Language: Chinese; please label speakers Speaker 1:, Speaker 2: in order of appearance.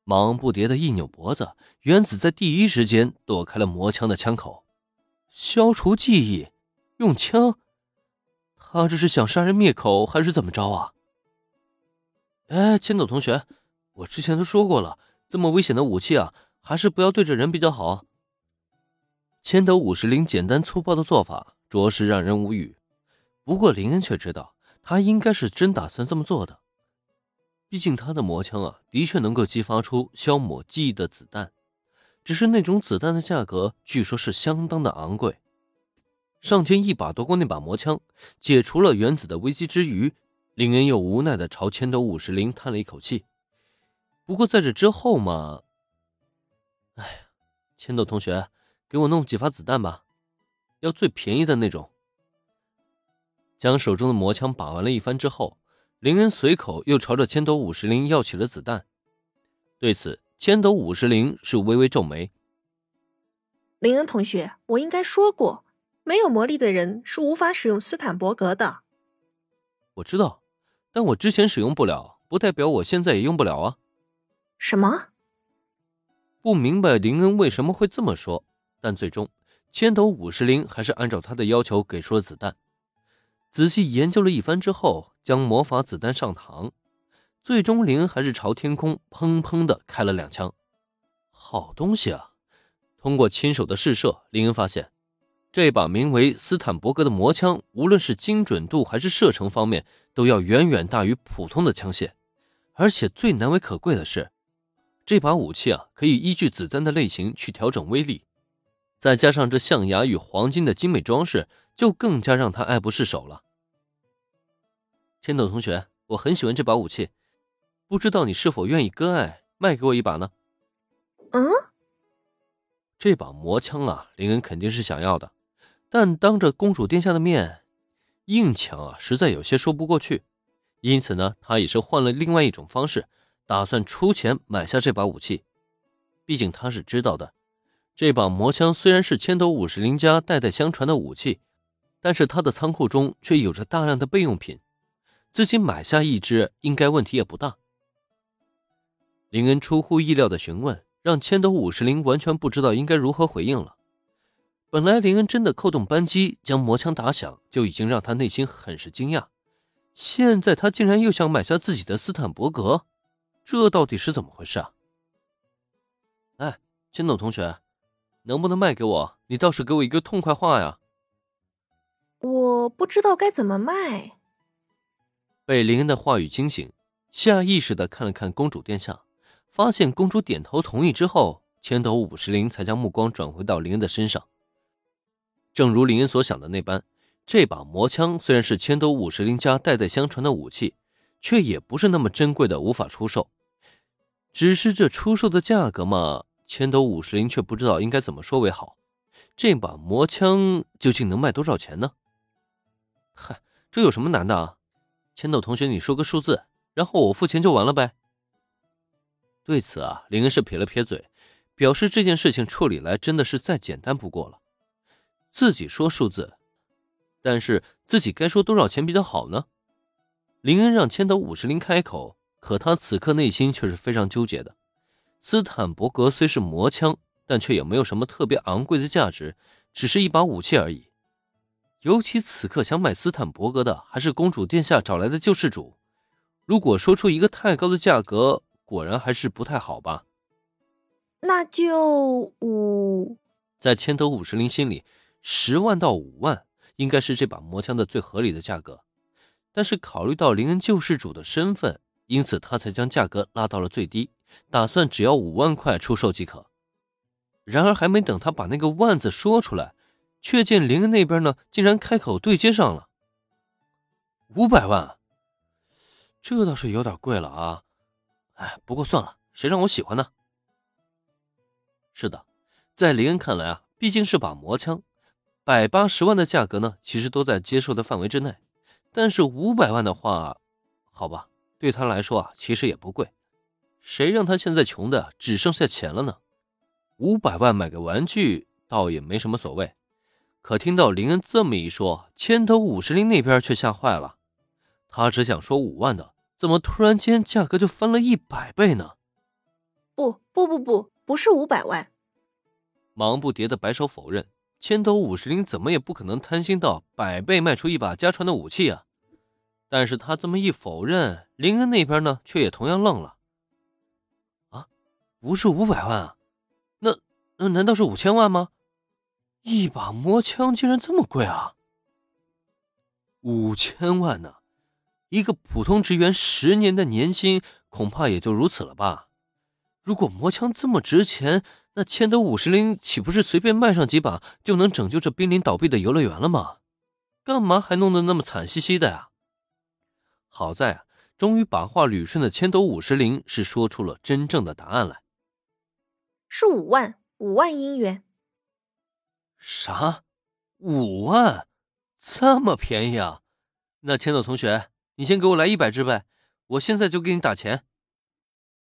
Speaker 1: 忙不迭的一扭脖子，原子在第一时间躲开了魔枪的枪口。消除记忆，用枪？他这是想杀人灭口还是怎么着啊？哎，千斗同学，我之前都说过了，这么危险的武器啊，还是不要对着人比较好。千斗50简单粗暴的做法着实让人无语，不过林恩却知道他应该是真打算这么做的。毕竟他的魔枪啊，的确能够激发出消磨记忆的子弹，只是那种子弹的价格据说是相当的昂贵。上前一把夺过那把魔枪，解除了原子的危机之余，林恩又无奈地朝千斗50叹了一口气。不过在这之后嘛，哎呀，千斗同学，给我弄几发子弹吧，要最便宜的那种。将手中的魔枪把玩了一番之后，林恩随口又朝着千斗50要起了子弹。对此，千斗50是微微皱眉。
Speaker 2: 林恩同学，我应该说过，没有魔力的人是无法使用斯坦伯格的。
Speaker 1: 我知道，但我之前使用不了，不代表我现在也用不了啊。
Speaker 2: 什么？
Speaker 1: 不明白林恩为什么会这么说，但最终千斗50还是按照他的要求给出了子弹。仔细研究了一番之后，将魔法子弹上膛，最终林恩还是朝天空砰砰地开了2枪。好东西啊！通过亲手的试射，林恩发现这把名为斯坦伯格的魔枪，无论是精准度还是射程方面，都要远远大于普通的枪械。而且最难为可贵的是，这把武器啊，可以依据子弹的类型去调整威力，再加上这象牙与黄金的精美装饰，就更加让他爱不释手了。千斗同学，我很喜欢这把武器，不知道你是否愿意割爱卖给我一把呢？这把魔枪啊，林恩肯定是想要的，但当着公主殿下的面，硬抢啊，实在有些说不过去。因此呢，他也是换了另外一种方式，打算出钱买下这把武器。毕竟他是知道的，这把魔枪虽然是千斗50家代代相传的武器，但是他的仓库中却有着大量的备用品，自己买下一支应该问题也不大。林恩出乎意料的询问，让千斗50完全不知道应该如何回应了。本来林恩真的扣动扳机将魔枪打响，就已经让他内心很是惊讶，现在他竟然又想买下自己的斯坦伯格，这到底是怎么回事啊？哎，千斗同学，能不能卖给我？你倒是给我一个痛快话呀！
Speaker 2: 我不知道该怎么卖。
Speaker 1: 被林恩的话语惊醒，下意识地看了看公主殿下，发现公主点头同意之后，千斗50才将目光转回到林恩的身上。正如林恩所想的那般，这把魔枪虽然是千斗50家代代相传的武器，却也不是那么珍贵的无法出售。只是这出售的价格嘛，千斗50却不知道应该怎么说为好。这把魔枪究竟能卖多少钱呢？嗨，这有什么难的啊？千斗同学，你说个数字，然后我付钱就完了呗。对此啊，林恩是撇了撇嘴，表示这件事情处理来真的是再简单不过了。自己说数字，但是自己该说多少钱比较好呢？林恩让千斗50开口，可他此刻内心却是非常纠结的。斯坦伯格虽是魔枪，但却也没有什么特别昂贵的价值，只是一把武器而已。尤其此刻想买斯坦伯格的还是公主殿下找来的救世主，如果说出一个太高的价格，果然还是不太好吧。
Speaker 2: 那就
Speaker 1: 在千斗50心里，10万到5万应该是这把魔枪的最合理的价格，但是考虑到林恩救世主的身份，因此他才将价格拉到了最低，打算只要5万块出售即可。然而还没等他把那个万字说出来，却见林恩那边呢竟然开口对接上了。500万，这倒是有点贵了啊。哎，不过算了，谁让我喜欢呢？是的，在林恩看来啊，毕竟是把魔枪，180万的价格呢，其实都在接受的范围之内。但是500万的话，好吧，对他来说啊，其实也不贵。谁让他现在穷的只剩下钱了呢？500万买个玩具倒也没什么所谓。可听到林恩这么一说，千斗50那边却吓坏了。他只想说5万的，怎么突然间价格就翻了100倍呢？
Speaker 2: 不是500万。
Speaker 1: 忙不迭的摆手否认，千斗50灵怎么也不可能贪心到100倍卖出一把家传的武器啊！但是他这么一否认，林恩那边呢，却也同样愣了。啊，不是500万啊？那难道是5000万吗？一把魔枪竟然这么贵啊！5000万呢？一个普通职员10年的年薪恐怕也就如此了吧？如果魔枪这么值钱，那千斗50灵岂不是随便卖上几把就能拯救这濒临倒闭的游乐园了吗？干嘛还弄得那么惨兮兮的呀？好在啊，终于把话捋顺的千斗50灵是说出了真正的答案来。
Speaker 2: 是5万英元。
Speaker 1: 啥？5万？这么便宜啊？那千斗同学，你先给我来100只呗，我现在就给你打钱。